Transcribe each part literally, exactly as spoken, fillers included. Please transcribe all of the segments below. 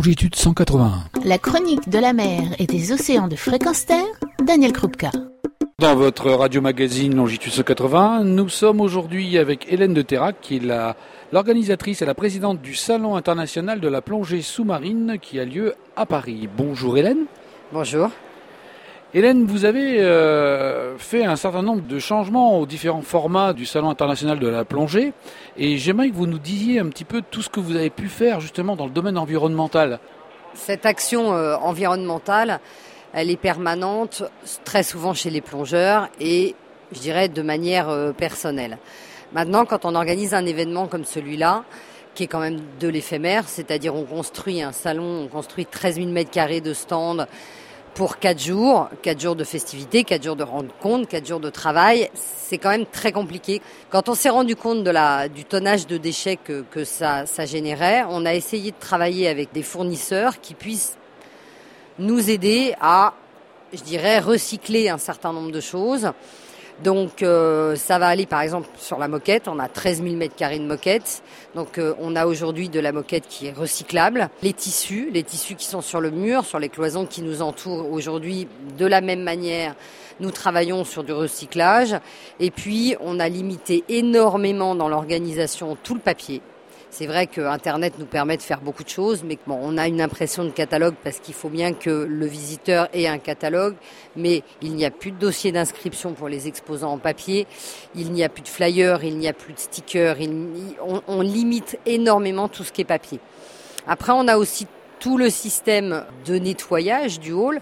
longitude cent quatre-vingt-un. La chronique de la mer et des océans de Fréquence Terre, Daniel Krupka. Dans votre radio-magazine Longitude cent quatre-vingts, nous sommes aujourd'hui avec Hélène de Terrac, qui est la, l'organisatrice et la présidente du Salon international de la plongée sous-marine qui a lieu à Paris. Bonjour Hélène. Bonjour. Hélène, vous avez euh, fait un certain nombre de changements aux différents formats du Salon international de la plongée et j'aimerais que vous nous disiez un petit peu tout ce que vous avez pu faire justement dans le domaine environnemental. Cette action euh, environnementale, elle est permanente, très souvent chez les plongeurs et je dirais de manière euh, personnelle. Maintenant, quand on organise un événement comme celui-là, qui est quand même de l'éphémère, c'est-à-dire on construit un salon, on construit treize mille mètres carrés de stands pour quatre jours, quatre jours de festivités, quatre jours de rencontres, quatre jours de travail, c'est quand même très compliqué. Quand on s'est rendu compte de la, du tonnage de déchets que, que ça, ça générait, on a essayé de travailler avec des fournisseurs qui puissent nous aider à, je dirais, recycler un certain nombre de choses. Donc euh, ça va aller par exemple sur la moquette, on a treize mille mètres carrés de moquette, donc euh, on a aujourd'hui de la moquette qui est recyclable. Les tissus, les tissus qui sont sur le mur, sur les cloisons qui nous entourent aujourd'hui, de la même manière, nous travaillons sur du recyclage. Et puis on a limité énormément dans l'organisation tout le papier. C'est vrai que Internet nous permet de faire beaucoup de choses, mais bon, on a une impression de catalogue parce qu'il faut bien que le visiteur ait un catalogue, mais il n'y a plus de dossier d'inscription pour les exposants en papier, il n'y a plus de flyers, il n'y a plus de stickers, il, on, on limite énormément tout ce qui est papier. Après, on a aussi tout le système de nettoyage du hall.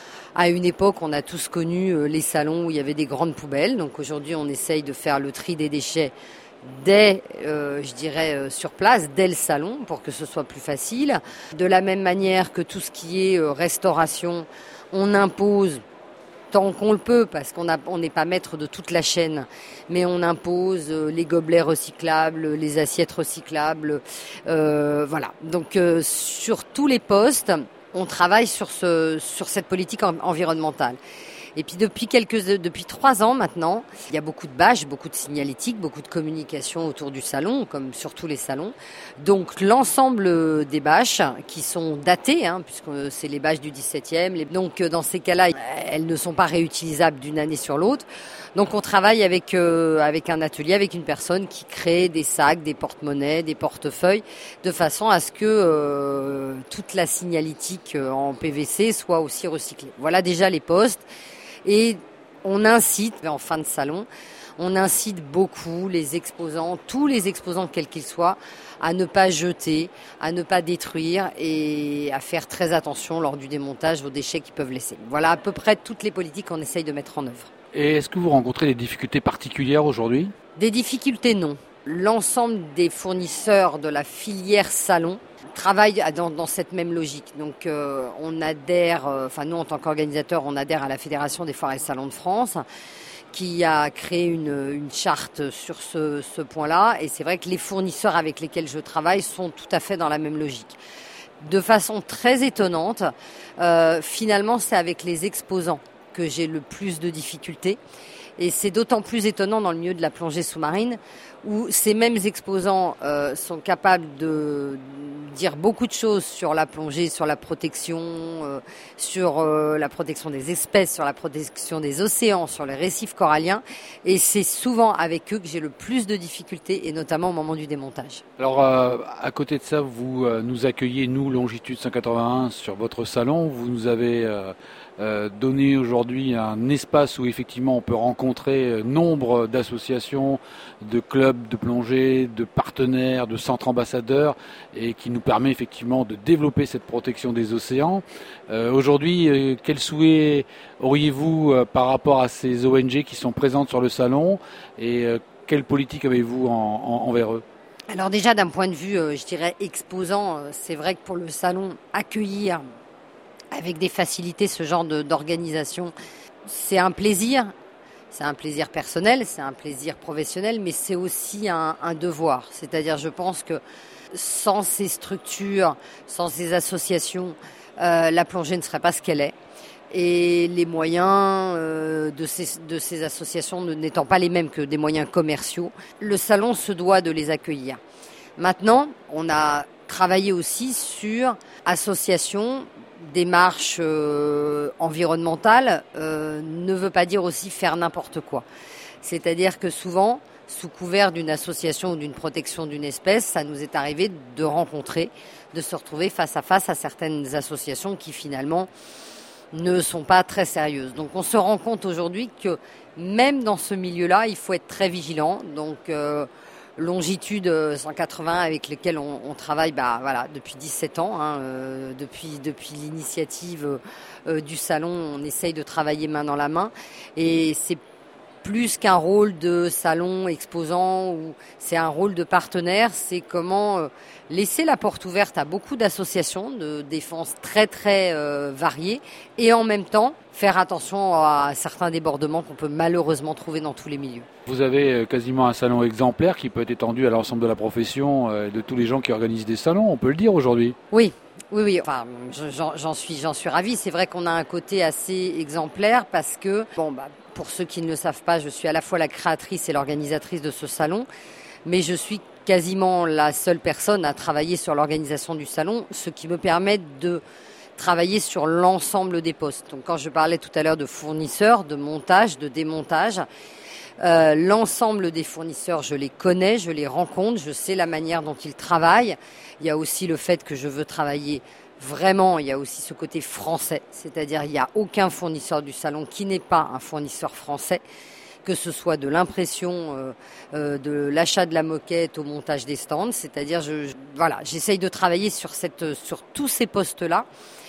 À une époque, on a tous connu les salons où il y avait des grandes poubelles, donc aujourd'hui, on essaye de faire le tri des déchets dès, euh, je dirais, euh, sur place, dès le salon, pour que ce soit plus facile. De la même manière que tout ce qui est euh, restauration, on impose, tant qu'on le peut, parce qu'on a, on n'est pas maître de toute la chaîne, mais on impose euh, les gobelets recyclables, les assiettes recyclables, euh, voilà. Donc, euh, sur tous les postes, on travaille sur, ce, sur cette politique en, environnementale. Et puis depuis quelques, depuis trois ans maintenant, il y a beaucoup de bâches, beaucoup de signalétique, beaucoup de communication autour du salon, comme sur tous les salons. Donc l'ensemble des bâches qui sont datées, hein, puisque c'est les bâches du dix-septième. Les, donc dans ces cas-là, elles ne sont pas réutilisables d'une année sur l'autre. Donc on travaille avec euh, avec un atelier, avec une personne qui crée des sacs, des porte-monnaies, des portefeuilles, de façon à ce que euh, toute la signalétique en P V C soit aussi recyclée. Voilà déjà les postes. Et on incite, en fin de salon, on incite beaucoup les exposants, tous les exposants quels qu'ils soient, à ne pas jeter, à ne pas détruire et à faire très attention lors du démontage aux déchets qu'ils peuvent laisser. Voilà à peu près toutes les politiques qu'on essaye de mettre en œuvre. Et est-ce que vous rencontrez des difficultés particulières aujourd'hui ? Des difficultés, non. L'ensemble des fournisseurs de la filière salon travaillent dans, dans cette même logique. Donc euh, on adhère, euh, enfin nous en tant qu'organisateurs, on adhère à la Fédération des foires et salons de France, qui a créé une, une charte sur ce, ce point-là. Et c'est vrai que les fournisseurs avec lesquels je travaille sont tout à fait dans la même logique. De façon très étonnante, euh, finalement c'est avec les exposants que j'ai le plus de difficultés. Et c'est d'autant plus étonnant dans le milieu de la plongée sous-marine où ces mêmes exposants euh, sont capables de dire beaucoup de choses sur la plongée, sur la protection, euh, sur euh, la protection des espèces, sur la protection des océans, sur les récifs coralliens. Et c'est souvent avec eux que j'ai le plus de difficultés, et notamment au moment du démontage. Alors, euh, à côté de ça, vous euh, nous accueillez, nous, Longitude cent quatre-vingt-un, sur votre salon. Vous nous avez euh, euh, donné aujourd'hui un espace où, effectivement, on peut rencontrer nombre d'associations, de clubs de plongée, de partenaires, de centres ambassadeurs, et qui nous permet effectivement de développer cette protection des océans. Euh, aujourd'hui, euh, quel souhait auriez-vous euh, par rapport à ces O N G qui sont présentes sur le salon, et euh, quelle politique avez-vous en, en, envers eux ? Alors déjà, d'un point de vue, euh, je dirais, exposant, euh, c'est vrai que pour le salon, accueillir avec des facilités ce genre de, d'organisation, c'est un plaisir. C'est un plaisir personnel, c'est un plaisir professionnel, mais c'est aussi un, un devoir. C'est-à-dire, je pense que sans ces structures, sans ces associations, euh, la plongée ne serait pas ce qu'elle est. Et les moyens euh, de, ces, de ces associations n'étant pas les mêmes que des moyens commerciaux, le salon se doit de les accueillir. Maintenant, on a travailler aussi sur association, démarche euh, environnementale, euh, ne veut pas dire aussi faire n'importe quoi. C'est-à-dire que souvent, sous couvert d'une association ou d'une protection d'une espèce, ça nous est arrivé de rencontrer, de se retrouver face à face à certaines associations qui finalement ne sont pas très sérieuses. Donc on se rend compte aujourd'hui que même dans ce milieu-là, il faut être très vigilant. Donc euh, Longitude cent quatre-vingts avec lesquels on, on travaille bah, voilà, depuis dix-sept ans. Hein, euh, depuis, depuis l'initiative euh, du salon, on essaye de travailler main dans la main. Et c'est plus qu'un rôle de salon exposant, ou c'est un rôle de partenaire, c'est comment euh, laisser la porte ouverte à beaucoup d'associations de défense très très euh, variées et en même temps faire attention à certains débordements qu'on peut malheureusement trouver dans tous les milieux. Vous avez quasiment un salon exemplaire qui peut être étendu à l'ensemble de la profession et de tous les gens qui organisent des salons, on peut le dire aujourd'hui. Oui. Oui, oui, enfin, j'en, j'en suis, j'en suis ravie. C'est vrai qu'on a un côté assez exemplaire parce que, bon, bah, pour ceux qui ne le savent pas, je suis à la fois la créatrice et l'organisatrice de ce salon, mais je suis quasiment la seule personne à travailler sur l'organisation du salon, ce qui me permet de travailler sur l'ensemble des postes. Donc, quand je parlais tout à l'heure de fournisseurs, de montage, de démontage, Euh, l'ensemble des fournisseurs, je les connais, je les rencontre, je sais la manière dont ils travaillent. Il y a aussi le fait que je veux travailler vraiment, il y a aussi ce côté français, c'est-à-dire il n'y a aucun fournisseur du salon qui n'est pas un fournisseur français, que ce soit de l'impression, euh, euh, de l'achat de la moquette au montage des stands, c'est-à-dire je, je, voilà, j'essaye de travailler sur, cette, sur tous ces postes-là.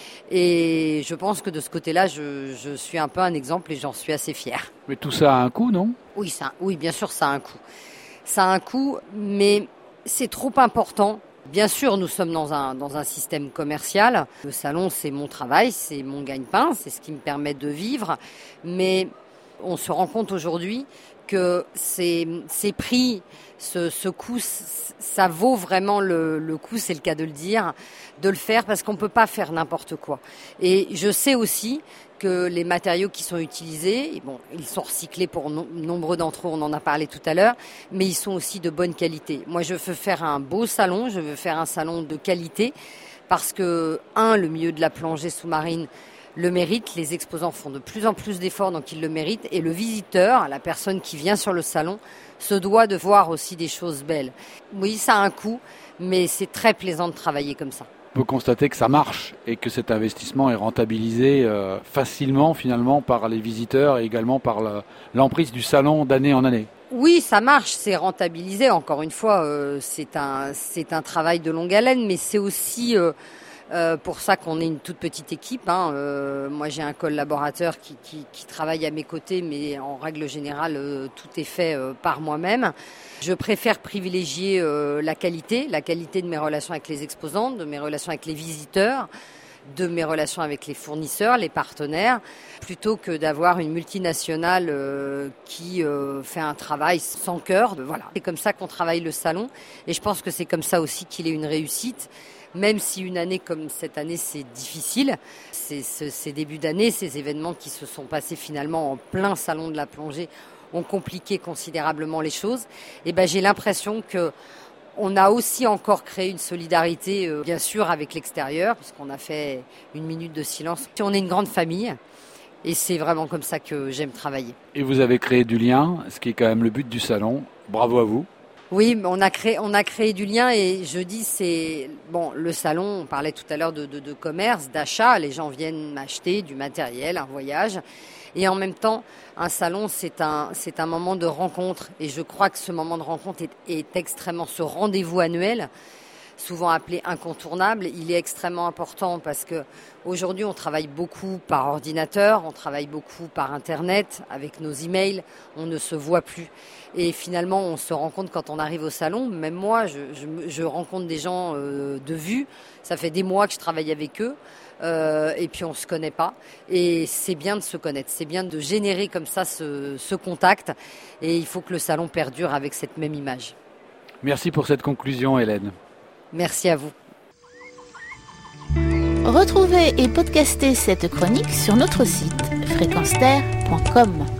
Et je pense que de ce côté-là, je, je suis un peu un exemple et j'en suis assez fière. Mais tout ça a un coût, non ? Oui, ça, oui, bien sûr, ça a un coût. Ça a un coût, mais c'est trop important. Bien sûr, nous sommes dans un, dans un système commercial. Le salon, c'est mon travail, c'est mon gagne-pain, c'est ce qui me permet de vivre. Mais on se rend compte aujourd'hui que ces, ces prix, ce, ce coût, ça vaut vraiment le, le coup, c'est le cas de le dire, de le faire parce qu'on ne peut pas faire n'importe quoi. Et je sais aussi que les matériaux qui sont utilisés, bon, ils sont recyclés pour no- nombreux d'entre eux, on en a parlé tout à l'heure, mais ils sont aussi de bonne qualité. Moi, je veux faire un beau salon, je veux faire un salon de qualité parce que, un, le milieu de la plongée sous-marine le mérite, les exposants font de plus en plus d'efforts, donc ils le méritent, et le visiteur, la personne qui vient sur le salon, se doit de voir aussi des choses belles. Oui, ça a un coût, mais c'est très plaisant de travailler comme ça. On peut constater que ça marche et que cet investissement est rentabilisé euh, facilement finalement par les visiteurs et également par la, l'emprise du salon d'année en année. Oui, ça marche, c'est rentabilisé. Encore une fois, euh, c'est un, c'est un travail de longue haleine, mais c'est aussi euh, euh, pour ça qu'on est une toute petite équipe. Hein. Euh, moi, j'ai un collaborateur qui, qui, qui travaille à mes côtés, mais en règle générale, euh, tout est fait euh, par moi-même. Je préfère privilégier euh, la qualité, la qualité de mes relations avec les exposants, de mes relations avec les visiteurs, de mes relations avec les fournisseurs, les partenaires, plutôt que d'avoir une multinationale euh, qui euh, fait un travail sans cœur. Voilà. C'est comme ça qu'on travaille le salon et je pense que c'est comme ça aussi qu'il est une réussite. Même si une année comme cette année, c'est difficile, c'est, c'est, ces débuts d'année, ces événements qui se sont passés finalement en plein salon de la plongée ont compliqué considérablement les choses. Et ben, j'ai l'impression que on a aussi encore créé une solidarité, euh, bien sûr, avec l'extérieur, puisqu'on a fait une minute de silence. On est une grande famille et c'est vraiment comme ça que j'aime travailler. Et vous avez créé du lien, ce qui est quand même le but du salon. Bravo à vous. Oui, on a créé, on a créé du lien et je dis c'est bon le salon. On parlait tout à l'heure de, de, de commerce, d'achat. Les gens viennent acheter du matériel, un voyage, et en même temps, un salon c'est un c'est un moment de rencontre. Et je crois que ce moment de rencontre est, est extrêmement ce rendez-vous annuel, souvent appelé incontournable. Il est extrêmement important parce que aujourd'hui on travaille beaucoup par ordinateur, on travaille beaucoup par internet avec nos emails, on ne se voit plus. Et finalement, on se rend compte quand on arrive au salon, même moi, je, je, je rencontre des gens euh, de vue. Ça fait des mois que je travaille avec eux euh, et puis on se connaît pas. Et c'est bien de se connaître, c'est bien de générer comme ça ce, ce contact. Et il faut que le salon perdure avec cette même image. Merci pour cette conclusion, Hélène. Merci à vous. Retrouvez et podcastez cette chronique sur notre site fréquence terre point com.